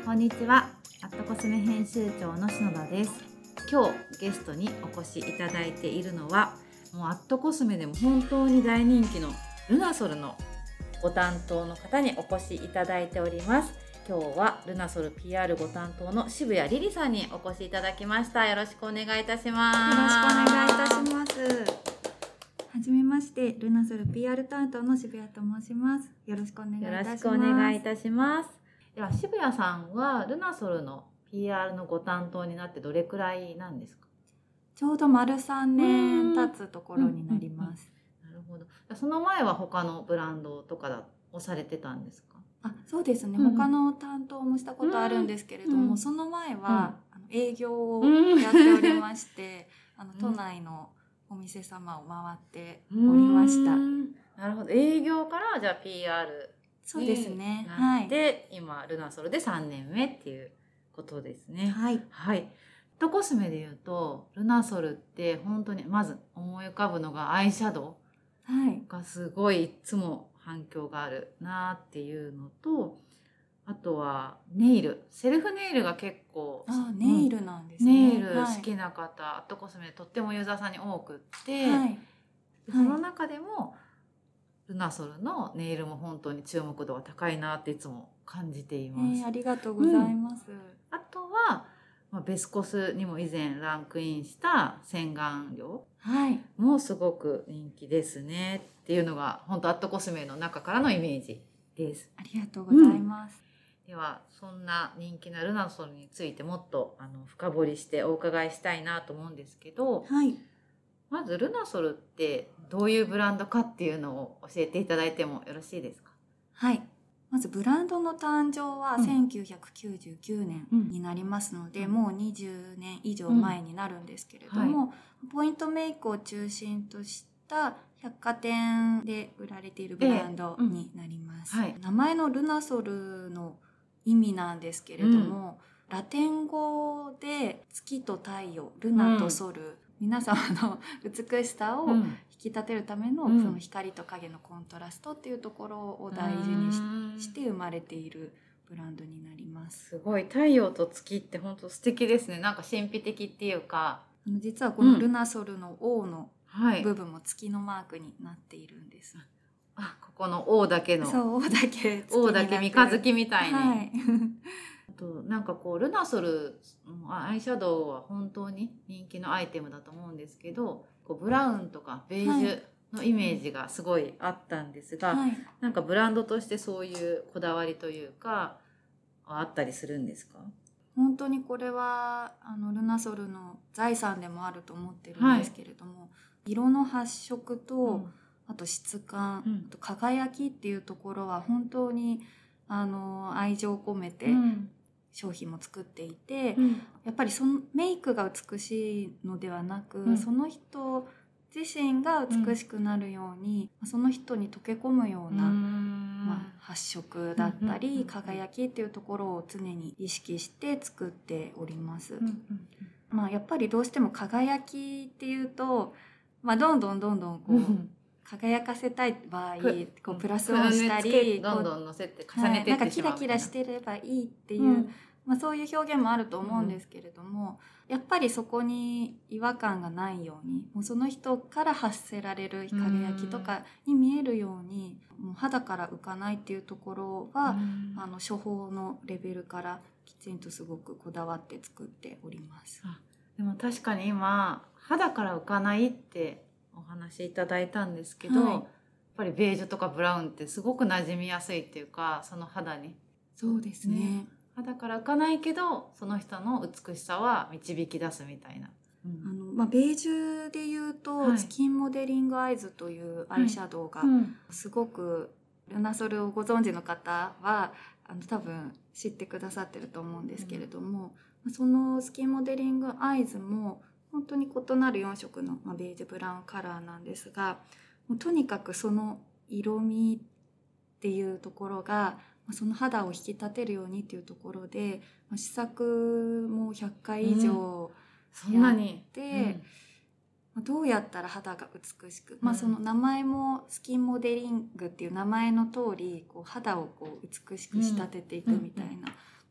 こんにちは。アットコスメ編集長の篠田です。今日ゲストにお越しいただいているのは、もうアットコスメでも本当に大人気のルナソルのご担当の方にお越しいただいております。今日はルナソル PR ご担当の渋谷リリさんにお越しいただきました。よろしくお願いいたします。 よろしくお願いいたします。はじめまして、ルナソル PR 担当の渋谷と申します。よろしくお願いいたします。 よろしくお願いいたします。では渋谷さんはルナソルの PR のご担当になってどれくらいなんですか？ ちょうど丸3年経つところになります。 なるほど。その前は他のブランドとかをされてたんですか？ そうですね、他の担当もしたことあるんですけれども、その前は、営業をやっておりまして、都内のお店様を回っておりました。 なるほど。営業からじゃあ PR そうですね。 なって、今ルナソルで3年目っていうことですね。 はい。 はい。コスメで言うとルナソルって本当にまず思い浮かぶのがアイシャドウがすごいいつも反響があるなっていうのと、あとはネイル、セルフネイルが結構ネイルなんですね。 ネイル好きな方、アットコスメでとってもユーザーさんに多くって、その中でもルナソルのネイルも本当に注目度が高いなっていつも感じています。 ありがとうございます。 あとはベスコスにも以前ランクインした洗顔料もすごく人気ですねっていうのが本当アットコスメの中からのイメージです。 ありがとうございます。 ではそんな人気なルナソルについてもっと深掘りしてお伺いしたいなと思うんですけど、まずルナソルってどういうブランドかっていうのを教えていただいてもよろしいですか？ はい。まずブランドの誕生は1999年になりますので、もう20年以上前になるんですけれども、ポイントメイクを中心とした百貨店で売られているブランドになります。名前のルナソルの意味なんですけれども、ラテン語で月と太陽、ルナとソル、皆様の美しさを引き立てるための、その光と影のコントラストっていうところを大事にして生まれているブランドになります。 すごい、太陽と月って本当素敵ですね。なんか神秘的っていうか、 実はこのルナソルの O の部分も月のマークになっているんです。 ここの O だけの、 そう、O だけ O だけ三日月みたいに、なんかこうルナソルアイシャドウは本当に人気のアイテムだと思うんですけど、こうブラウンとかベージュのイメージがすごいあったんですが、なんかブランドとしてそういうこだわりというかあったりするんですか？ 本当にこれはルナソルの財産でもあると思ってるんですけれども、色の発色と、あと質感、あと輝きっていうところは本当に愛情を込めて商品も作っていて、やっぱりそのメイクが美しいのではなく、その人自身が美しくなるように、その人に溶け込むような、発色だったり、輝きっていうところを常に意識して作っております。やっぱりどうしても輝きっていうと、どんどんこう輝かせたい場合、こうプラスをしたり、 どんどん乗せて重ねていってしまう、 なんかキラキラしてればいいっていう、そういう表現もあると思うんですけれども、やっぱりそこに違和感がないように、もうその人から発せられる輝きとかに見えるように、もう肌から浮かないっていうところは、処方のレベルからきちんとすごくこだわって作っております。 でも確かに今肌から浮かないってお話いただいたんですけど、やっぱりベージュとかブラウンってすごく馴染みやすいっていうか、その肌に。 そうですね。 肌から浮かないけどその人の美しさは導き出すみたいな。 ベージュでいうと、スキンモデリングアイズというアイシャドウがすごく、ルナソルをご存知の方は多分知ってくださってると思うんですけれども、そのスキンモデリングアイズも本当に異なる4色のベージュブラウンカラーなんですが、もうとにかくその色味っていうところがその肌を引き立てるようにっていうところで、試作も100回以上やって、どうやったら肌が美しく、その名前もスキンモデリングっていう名前の通り、こう肌をこう美しく仕立てていくみたいな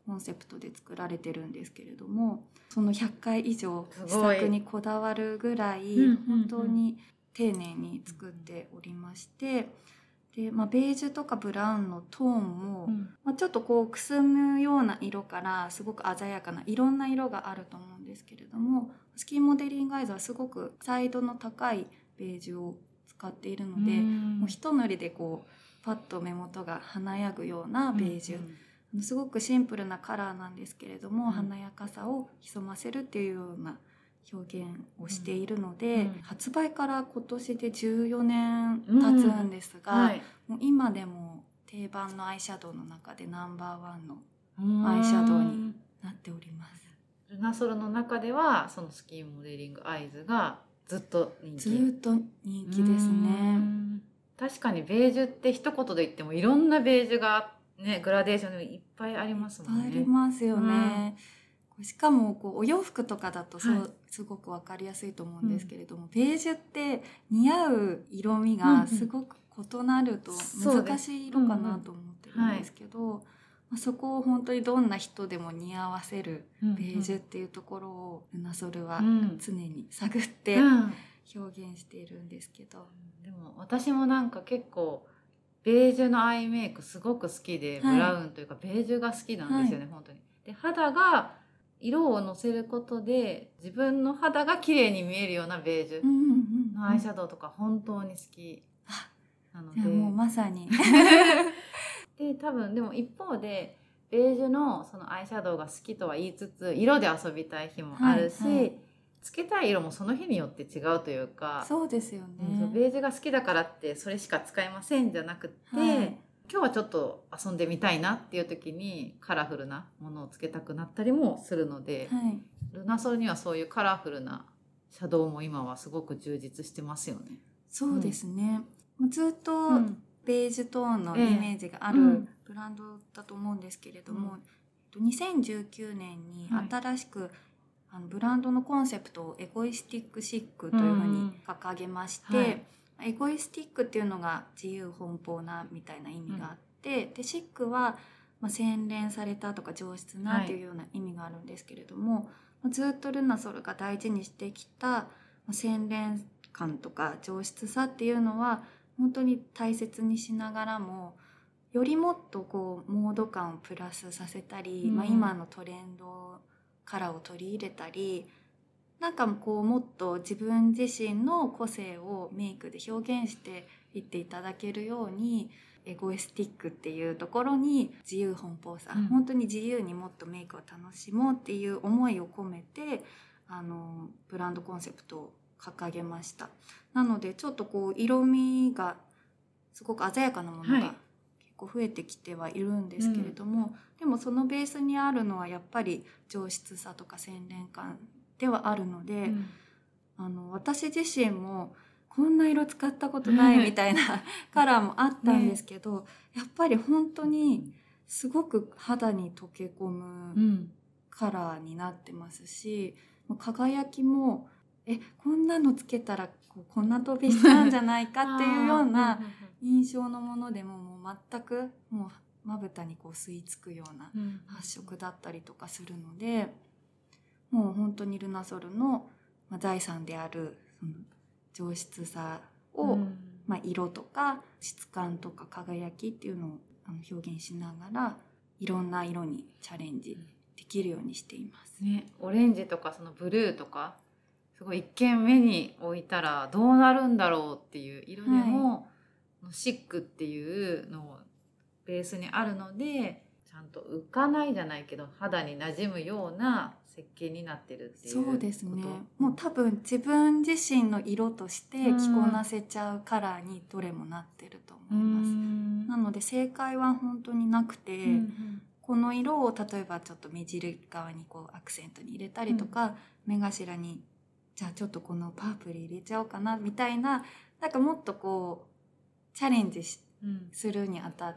コンセプトで作られてるんですけれども、その100回以上試作にこだわるぐらい本当に丁寧に作っておりまして、で、ベージュとかブラウンのトーンも、ちょっとこうくすむような色からすごく鮮やかないろんな色があると思うんですけれども、スキンモデリングアイズはすごく彩度の高いベージュを使っているので、もう一塗りでこうパッと目元が華やぐようなベージュ、すごくシンプルなカラーなんですけれども、華やかさを潜ませるっていうような表現をしているので、発売から今年で14年経つんですが、もう今でも定番のアイシャドウの中でナンバーワンのアイシャドウになっております。 ルナソルの中ではそのスキンモデリングアイズがずっと人気。 ずっと人気ですね。 確かにベージュって一言で言ってもいろんなベージュがね、グラデーションでいっぱいありますもんね。 いっぱいありますよね。しかもこうお洋服とかだとすごく分かりやすいと思うんですけれども、ベージュって似合う色味がすごく異なると難しい色かなと思ってるんですけど、そこを本当にどんな人でも似合わせるベージュっていうところをルナソルは常に探って表現しているんですけど、 でも私もなんか結構ベージュのアイメイクすごく好きで、ブラウンというかベージュが好きなんですよね、本当に。で、肌が色をのせることで自分の肌が綺麗に見えるようなベージュのアイシャドウとか本当に好きなので、 もうまさにで、多分でも一方でベージュのそのアイシャドウが好きとは言いつつ、色で遊びたい日もあるし、つけたい色もその日によって違うというか、 そうですよね。 ベージュが好きだからってそれしか使いませんじゃなくて、今日はちょっと遊んでみたいなっていう時にカラフルなものをつけたくなったりもするので、ルナソルにはそういうカラフルなシャドウも今はすごく充実してますよね。 そうですね、ずっとベージュトーンのイメージがあるブランドだと思うんですけれども、2019年に新しくブランドのコンセプトをエゴイスティックシックというふうに掲げまして、エゴイスティックっていうのが自由奔放なみたいな意味があって、でシックは洗練されたとか上質なっていうような意味があるんですけれども、ずっとルナソルが大事にしてきた洗練感とか上質さっていうのは本当に大切にしながらも、よりもっとこうモード感をプラスさせたり、今のトレンドカラーを取り入れたり、なんかこうもっと自分自身の個性をメイクで表現していっていただけるように、エゴイスティックっていうところに自由奔放さ、本当に自由にもっとメイクを楽しもうっていう思いを込めてブランドコンセプトを掲げました。なのでちょっとこう色味がすごく鮮やかなものが結構増えてきてはいるんですけれども、でもそのベースにあるのはやっぱり上質さとか洗練感ではあるので、私自身もこんな色使ったことないみたいなカラーもあったんですけど、やっぱり本当にすごく肌に溶け込むカラーになってますし、輝きもこんなのつけたらこんな飛びしたんじゃないかっていうような印象のものでも、もう全くもうまぶたにこう吸い付くような発色だったりとかするので、もう本当にルナソルの財産であるその上質さを、色とか質感とか輝きっていうのを表現しながら、いろんな色にチャレンジできるようにしています、 オレンジとかそのブルーとかすごい一見目に置いたらどうなるんだろうっていう色でも、シックっていうのをベースにあるので、ちゃんと浮かないじゃないけど肌に馴染むような設計になってるっていうこと。 そうですね、もう多分自分自身の色として着こなせちゃうカラーにどれもなってると思います。なので正解は本当になくて、この色を例えばちょっと目尻側にこうアクセントに入れたりとか、目頭にじゃあちょっとこのパープル入れちゃおうかなみたいな、なんかもっとこうチャレンジするにあたって、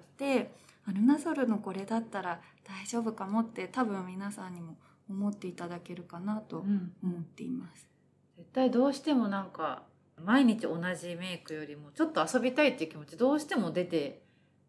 ルナソルのこれだったら大丈夫かもって多分皆さんにも思っていただけるかなと思っています。 絶対どうしてもなんか毎日同じメイクよりもちょっと遊びたいっていう気持ちどうしても出て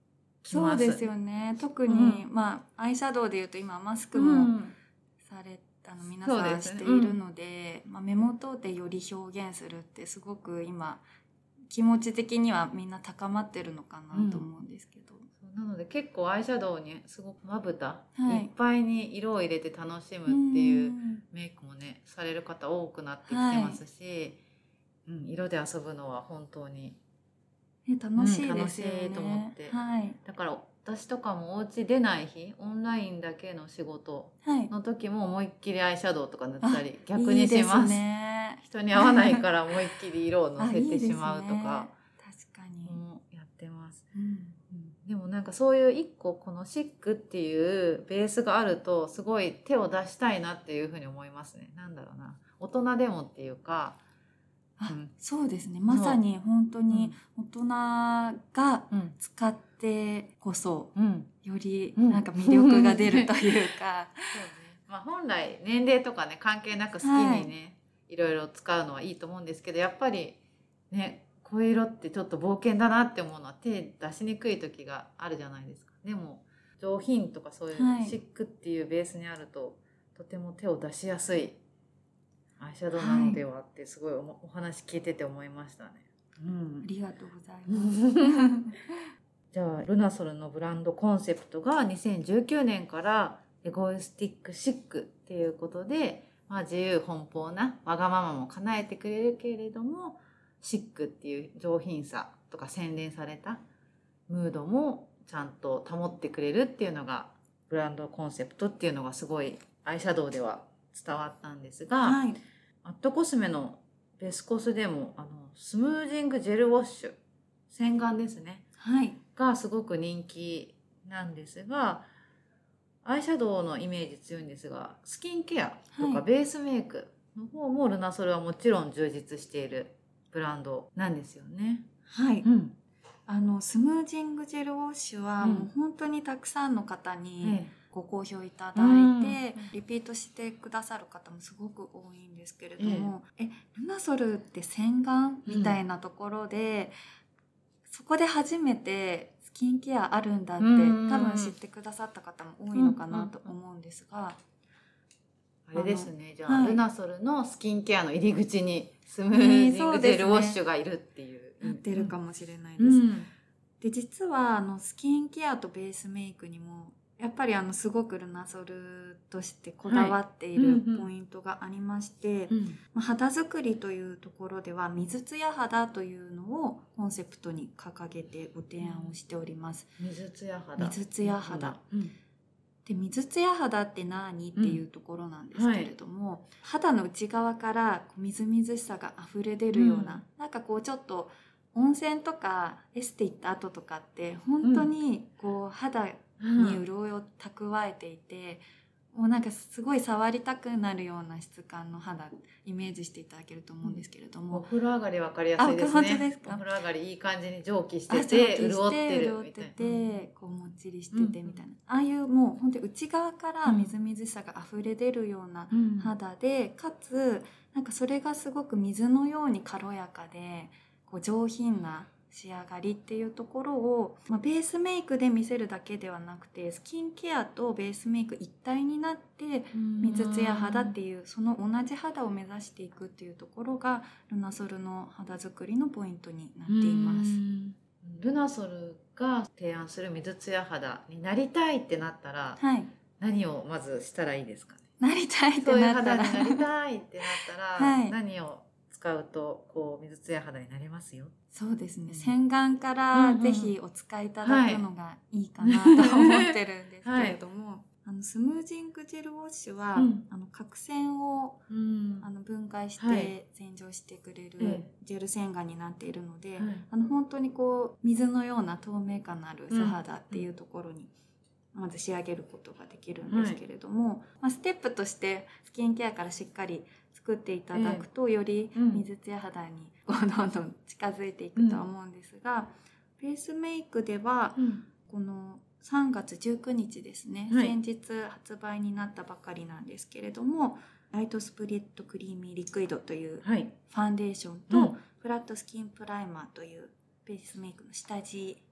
きます。 そうですよね。特に、アイシャドウでいうと今マスクもされ皆さんしているので、目元でより表現するってすごく今気持ち的にはみんな高まってるのかなと思うんですけど、 なので結構アイシャドウにすごくまぶた、いっぱいに色を入れて楽しむっていうメイクもねされる方多くなってきてますし、色で遊ぶのは本当に楽しいですよね。 楽しいと思って、だから私とかもお家出ない日、オンラインだけの仕事の時も思いっきりアイシャドウとか塗ったり逆にします。いいですね。人に合わないから思いっきり色をのせてしまうとか確かにやってます。でもなんかそういう一個このシックっていうベースがあるとすごい手を出したいなっていうふうに思いますね。なんだろうな、大人でもっていうか、 そうですね。まさに本当に大人が使ってこそ、よりなんか魅力が出るというか、 本来年齢とかね関係なく好きにね、いろいろ使うのはいいと思うんですけど、やっぱりねこういう色ってちょっと冒険だなって思うのは手出しにくい時があるじゃないですか。でも上品とかそういうシックっていうベースにあると、とても手を出しやすいアイシャドウなのではってすごいお話聞いてて思いましたね。 ありがとうございます。 じゃあルナソルのブランドコンセプトが2019年からエゴイスティックシックっていうことで、自由奔放なわがままも叶えてくれるけれどもシックっていう上品さとか洗練されたムードもちゃんと保ってくれるっていうのがブランドコンセプトっていうのがすごいアイシャドウでは伝わったんですが、アットコスメのベスコスでもスムージングジェルウォッシュ、洗顔ですね、がすごく人気なんですが、アイシャドウのイメージ強いんですが、スキンケアとかベースメイクの方もルナソルはもちろん充実しているブランドなんですよね。 スムージングジェルウォッシュはもう本当にたくさんの方にご好評いただいて、リピートしてくださる方もすごく多いんですけれども、ルナソルって洗顔みたいなところで、そこで初めてスキンケアあるんだって多分知ってくださった方も多いのかなと思うんですが、 あれですね、じゃあ、ルナソルのスキンケアの入り口にスムージングジェルウォッシュがいるっていう、 なってるかもしれないです。で実はスキンケアとベースメイクにもやっぱりすごくルナソルとしてこだわっているポイントがありまして、肌作りというところでは水ツヤ肌というのをコンセプトに掲げてご提案をしております。 水ツヤ肌。 水ツヤ肌。で水ツヤ肌って何っていうところなんですけれども、肌の内側からみずみずしさがあふれ出るような、なんかこうちょっと温泉とかエステ行った後とかって本当にこう肌に潤いを蓄えていて、もうなんかすごい触りたくなるような質感の肌イメージしていただけると思うんですけれども、 お風呂上がり分かりやすいですね。 本当ですか？ お風呂上がりいい感じに蒸気してて潤ってるみたいな、 こうもっちりしててみたいな、ああいうもう本当に内側からみずみずしさが溢れ出るような肌で、かつなんかそれがすごく水のように軽やかでこう上品な仕上がりっていうところを、ベースメイクで見せるだけではなくて、スキンケアとベースメイク一体になって水ツヤ肌っていうその同じ肌を目指していくっていうところがルナソルの肌作りのポイントになっています。 ルナソルが提案する水ツヤ肌になりたいってなったら、何をまずしたらいいですかね？ なりたいってなったら、 そういう肌になりたいってなったら、何を使うとこう水ツヤ肌になりますよ？ そうですね、洗顔からぜひお使いいただくのがいいかなと思ってるんですけれども、スムージングジェルウォッシュは、角栓を、分解して洗浄してくれるジェル洗顔になっているので、本当にこう水のような透明感のある素肌っていうところにまず仕上げることができるんですけれども、ステップとしてスキンケアからしっかり作っていただくと、より水ツヤ肌にどんどん近づいていくとは思うんですが、ベースメイクでは、この3月19日ですね、先日発売になったばかりなんですけれども、ライトスプレッドクリーミーリクイドというファンデーションと、フラットスキンプライマーというベースメイクの下地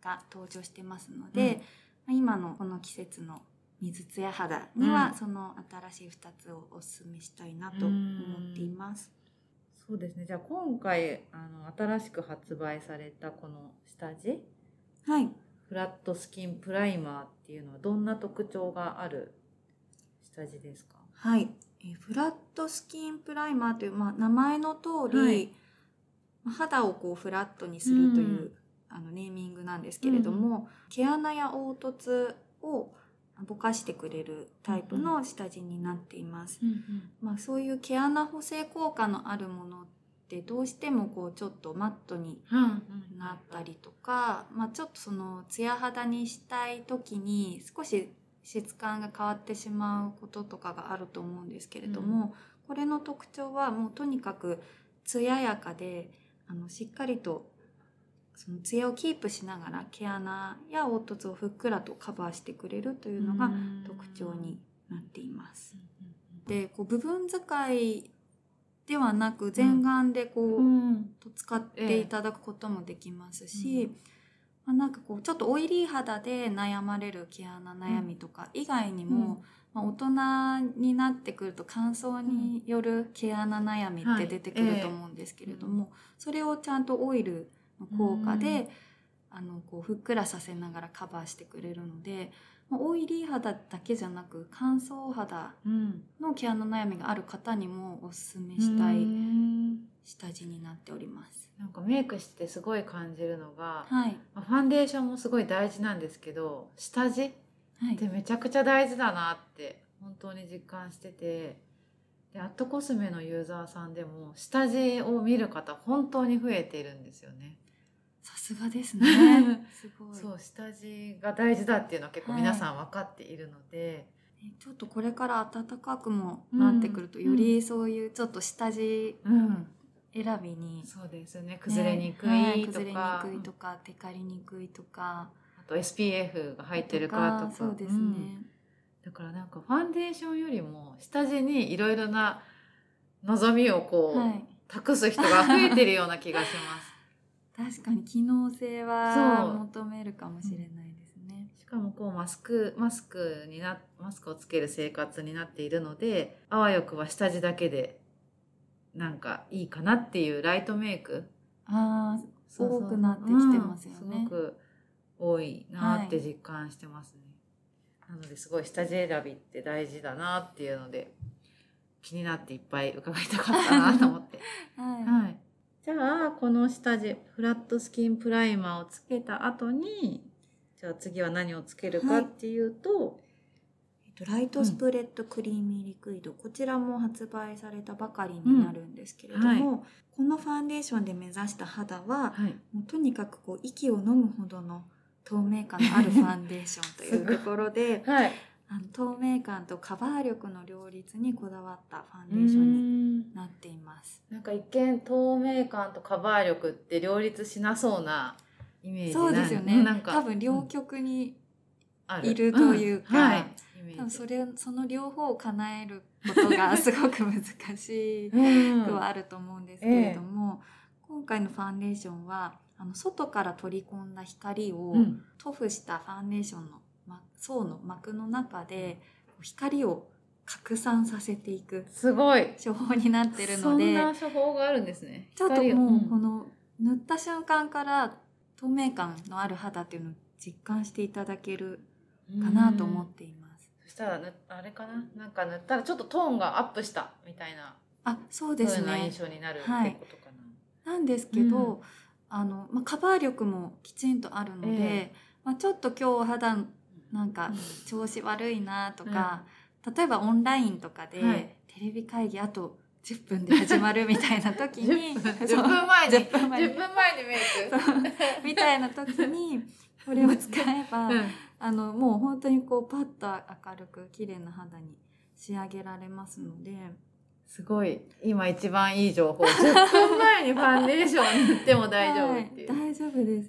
が登場してますので、今のこの季節の水ツヤ肌にはその新しい2つをお勧めしたいなと思っています。 そうですね。じゃあ今回新しく発売されたこの下地、 はい、 フラットスキンプライマーっていうのはどんな特徴がある下地ですか？ はい、フラットスキンプライマーという、名前の通り、肌をこうフラットにするという、ネーミングなんですけれども、毛穴や凹凸をぼかしてくれるタイプの下地になっています。そういう毛穴補正効果のあるものってどうしてもこうちょっとマットになったりとか、ちょっとそのツヤ肌にしたい時に少し質感が変わってしまうこととかがあると思うんですけれども、これの特徴はもうとにかく艶やかでしっかりとそのツヤをキープしながら毛穴や凹凸をふっくらとカバーしてくれるというのが特徴になっています。でこう部分使いではなく全顔でこう、使っていただくこともできますし、なんかこうちょっとオイリー肌で悩まれる毛穴悩みとか以外にも、大人になってくると乾燥による毛穴悩みって出てくると思うんですけれども、それをちゃんとオイルの効果でこうふっくらさせながらカバーしてくれるので、オイリー肌だけじゃなく乾燥肌の毛穴悩みがある方にもおすすめしたい下地になっております。 なんかメイクしてすごい感じるのが、 はい、 ファンデーションもすごい大事なんですけど、下地ってめちゃくちゃ大事だなって本当に実感してて、でアットコスメのユーザーさんでも下地を見る方本当に増えているんですよね。 さすがですね。すごい。 そう、下地が大事だっていうのは結構皆さん分かっているので、 ちょっとこれから暖かくもなってくると、よりそういうちょっと下地選びに、 そうですね、崩れにくいとか、 崩れにくいとか、テカりにくいとか、 あと SPF が入ってるかとか、 そうですね。 だからなんかファンデーションよりも下地にいろいろな望みをこう、託す人が増えてるような気がします。 確かに機能性は求めるかもしれないですね。 しかもこうマスクをつける生活になっているので、あわよくは下地だけでなんかいいかなっていうライトメイク多くなってきてますよね。 すごく多いなって実感してますね。なのですごい下地選びって大事だなっていうので気になっていっぱい伺いたかったなと思って。じゃあこの下地フラットスキンプライマーをつけた後に、じゃあ次は何をつけるかっていうと、 ライトスプレッドクリーミーリクイド、こちらも発売されたばかりになるんですけれども、このファンデーションで目指した肌は、もうとにかくこう息を飲むほどの透明感のあるファンデーションというところで、透明感とカバー力の両立にこだわったファンデーションになっています。 なんか一見透明感とカバー力って両立しなそうなイメージ。 そうですよね。多分両極にいるというか、多分その両方を叶えることがすごく難しくはあると思うんですけれども、今回のファンデーションは外から取り込んだ光を塗布したファンデーションの層の膜の中で光を拡散させていくすごい処方になってるので、 そんな処方があるんですね。 ちょっともうこの塗った瞬間から透明感のある肌っていうのを実感していただけるかなと思っています。 そしたらあれかな、なんか塗ったらちょっとトーンがアップしたみたいな、 そうですね、 印象になるってことかな。 なんですけど、カバー力もきちんとあるので、ちょっと今日肌なんか調子悪いなとか、例えばオンラインとかでテレビ会議あと10分で始まるみたいな時に 10分前にメイクみたいな時にこれを使えば、もう本当にこうパッと明るく綺麗な肌に仕上げられますので、 すごい今一番いい情報。10分前にファンデーション塗っても大丈夫っていう。 大丈夫です。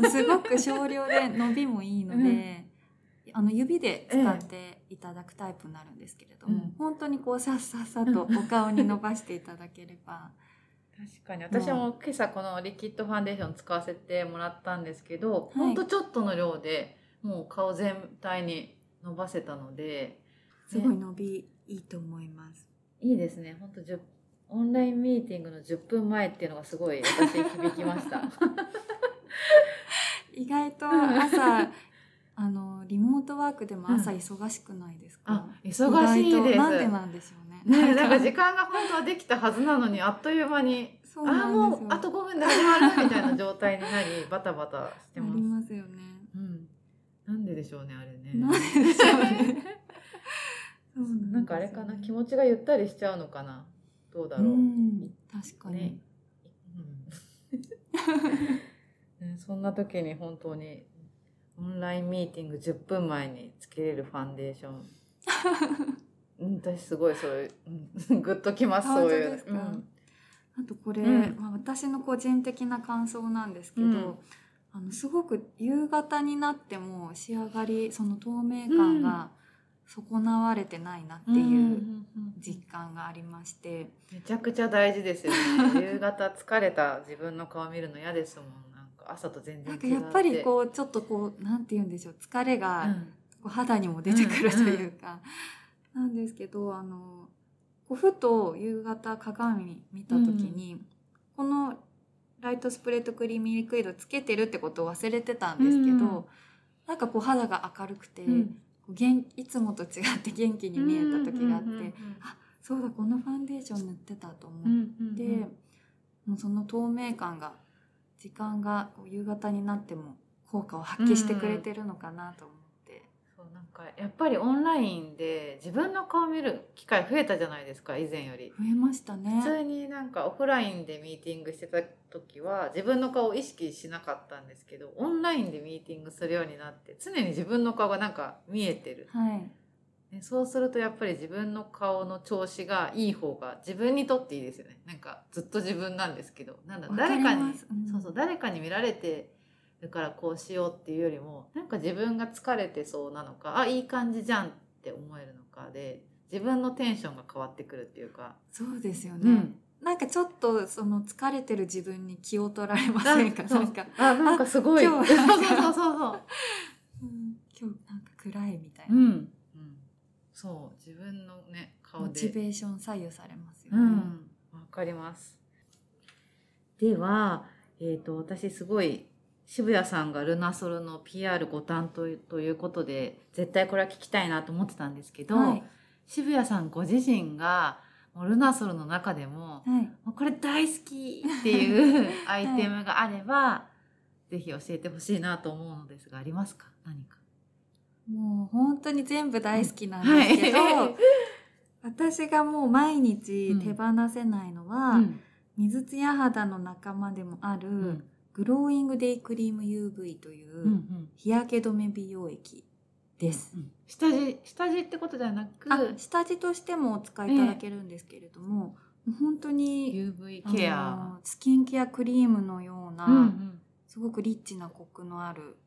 すごく少量で伸びもいいので、指で使っていただくタイプになるんですけれども、本当にこうさっさっさとお顔に伸ばしていただければ確かに私も今朝このリキッドファンデーション使わせてもらったんですけど、ほんとちょっとの量でもう顔全体に伸ばせたので、 すごい伸びいいと思います。 いいですね。ほんとオンラインミーティングの10分前っていうのがすごい私響きました意外と朝リモートワークでも朝忙しくないですか？ 忙しいです。 なんでなんでしょうね。 なんか時間が本当はできたはずなのにあっという間にもうあと5分で始まるみたいな状態になりバタバタしてます。 ありますよね。 なんででしょうねあれね。 なんででしょうね。 なんかあれかな、気持ちがゆったりしちゃうのかな。どうだろう。 確かに。 そんな時に本当にオンラインミーティング10分前につけれるファンデーション。私すごいそういうグッときます。そういう。 あとこれ、私の個人的な感想なんですけど、すごく夕方になっても仕上がりその透明感が損なわれてないなっていう実感がありまして、 めちゃくちゃ大事ですよね。夕方疲れた自分の顔見るの嫌ですもん。なんか朝と全然違って。 なんかやっぱりこうちょっとこうなんて言うんでしょう、疲れがこう肌にも出てくるというか、なんですけどこうふと夕方鏡見た時に、このライトスプレッドクリーミーリクイドつけてるってことを忘れてたんですけど、なんかこう肌が明るくて、いつもと違って元気に見えた時があって、あ、そうだこのファンデーション塗ってたと思って、もうその透明感が時間がこう夕方になっても効果を発揮してくれてるのかなと思って。 なんかやっぱりオンラインで自分の顔見る機会増えたじゃないですか、以前より。 増えましたね。 普通になんかオフラインでミーティングしてた時は自分の顔を意識しなかったんですけど、オンラインでミーティングするようになって常に自分の顔がなんか見えてる、そうするとやっぱり自分の顔の調子がいい方が自分にとっていいですよね。なんかずっと自分なんですけど、誰かに、誰かに見られてだからこうしようっていうよりも、なんか自分が疲れてそうなのか、いい感じじゃんって思えるのかで、自分のテンションが変わってくるっていうか。 そうですよね。なんかちょっとその疲れてる自分に気を取られませんか？ なんかすごい。今日今日なんか暗いみたいな。 そう自分のね顔でモチベーション左右されますよね。 わかります。では私すごい。渋谷さんがルナソルの PR ご担当ということで絶対これは聞きたいなと思ってたんですけど、渋谷さんご自身がもうルナソルの中でも、もうこれ大好きっていうアイテムがあれば、ぜひ教えてほしいなと思うのですが、ありますか？何か。 もう本当に全部大好きなんですけど、私がもう毎日手放せないのは、水ツヤ肌の仲間でもある、グローイングデイクリーム UV という日焼け止め美容液です。 下地ってことではなく、 下地としてもお使いいただけるんですけれども、本当に UV ケア、 スキンケアクリームのような、すごくリッチなコクのある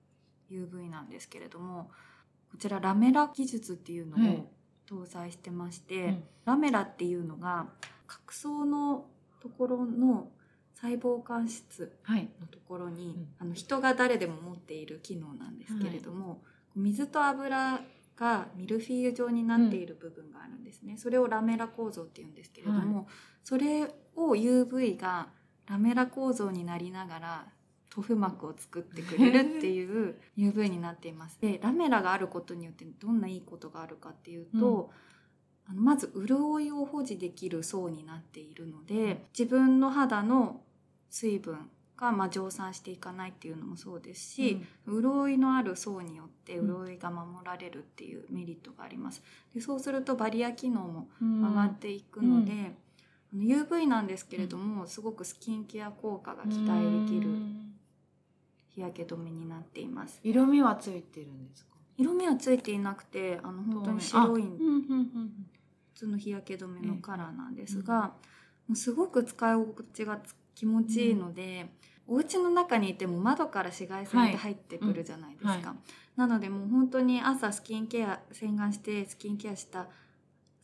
UV なんですけれども、こちらラメラ技術っていうのを搭載してまして、ラメラっていうのが角層のところの細胞間質のところに、人が誰でも持っている機能なんですけれども、水と油がミルフィーユ状になっている部分があるんですね。それをラメラ構造っていうんですけれども、それを UV がラメラ構造になりながら塗布膜を作ってくれるっていう UV になっています。で、ラメラがあることによってどんないいことがあるかっていうと、まず潤いを保持できる層になっているので、自分の肌の水分が蒸散していかないっていうのもそうですし、潤いのある層によって潤いが守られるっていうメリットがあります。で、そうするとバリア機能も上がっていくので、UV なんですけれども、すごくスキンケア効果が期待できる日焼け止めになっています。 色味はついてるんですか？ 色味はついていなくて、本当に白い普通の日焼け止めのカラーなんですが、もうすごく使い心地が気持ちいいので、お家の中にいても窓から紫外線って入ってくるじゃないですか。なのでもう本当に朝洗顔してスキンケアした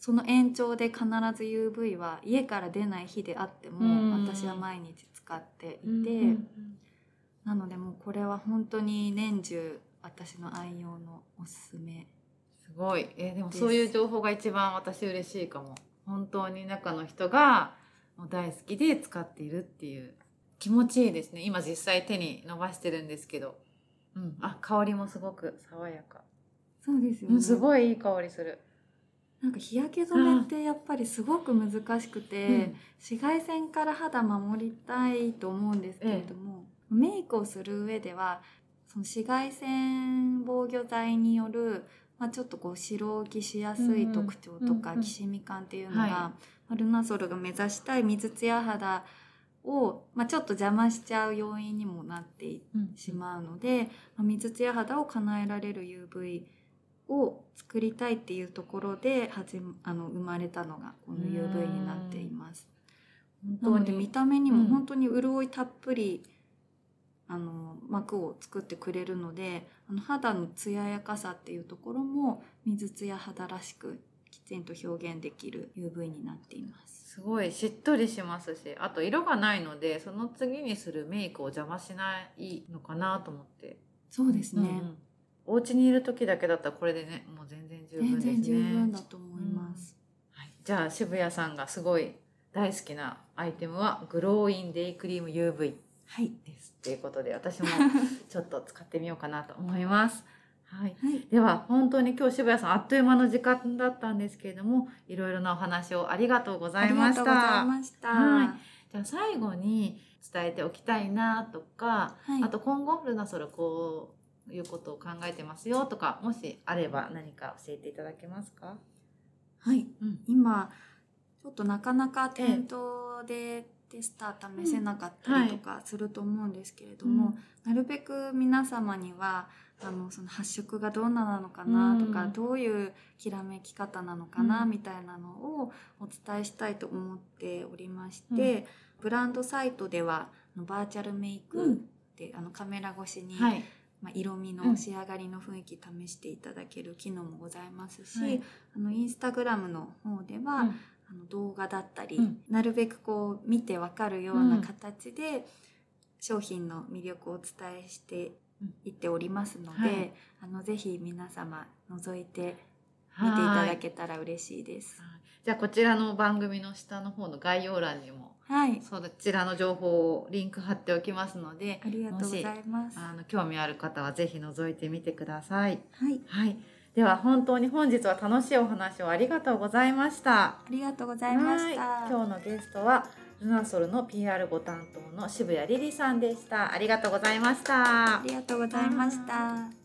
その延長で必ず UV は家から出ない日であっても私は毎日使っていて、なのでもうこれは本当に年中私の愛用のおすすめ。 すごい。でもそういう情報が一番私嬉しいかも。本当に中の人がもう大好きで使っているっていう気持ちいいですね。今実際手に伸ばしてるんですけど、香りもすごく爽やか。 そうですよね。 すごいいい香りする。 なんか日焼け止めってやっぱりすごく難しくて、紫外線から肌守りたいと思うんですけれども、メイクをする上ではその紫外線防御剤による、ちょっとこう白浮きしやすい特徴とか、きしみ感っていうのが、ルナソルが目指したい水ツヤ肌を、ちょっと邪魔しちゃう要因にもなってしまうので、水ツヤ肌を叶えられる UV を作りたいっていうところで生まれたのがこの UV になっています。なので見た目にも本当に潤いたっぷり、膜を作ってくれるので、肌の艶やかさっていうところも水ツヤ肌らしくきちんと表現できる UV になっています。 すごいしっとりしますし、あと色がないのでその次にするメイクを邪魔しないのかなと思って。 そうですね、 お家にいる時だけだったらこれでね、もう全然十分ですね。 全然十分だと思います、 じゃあ渋谷さんがすごい大好きなアイテムはグローインデイクリーム UV ですということで、私もちょっと使ってみようかなと思います。では本当に今日渋谷さんあっという間の時間だったんですけれども、いろいろなお話をありがとうございました。 ありがとうございました。 じゃあ最後に伝えておきたいなとか、あと今後ルナソルこういうことを考えてますよとか、もしあれば何か教えていただけますか？ 今ちょっとなかなか店頭でテスター試せなかったりとかすると思うんですけれども、なるべく皆様にはその発色がどんななのかなとか、どういうきらめき方なのかなみたいなのをお伝えしたいと思っておりまして、ブランドサイトではバーチャルメイクでカメラ越しに、色味の仕上がりの雰囲気試していただける機能もございますし、インスタグラムの方では、動画だったり、なるべくこう見てわかるような形で商品の魅力をお伝えしていっておりますので、ぜひ皆様覗いて見ていただけたら嬉しいです。 じゃあこちらの番組の下の方の概要欄にも、そちらの情報をリンク貼っておきますので、 ありがとうございます。 興味ある方はぜひ覗いてみてください。では本当に本日は楽しいお話をありがとうございました。 ありがとうございました。 今日のゲストはルナソルの PR ご担当の渋谷リリさんでした。ありがとうございました。 ありがとうございました。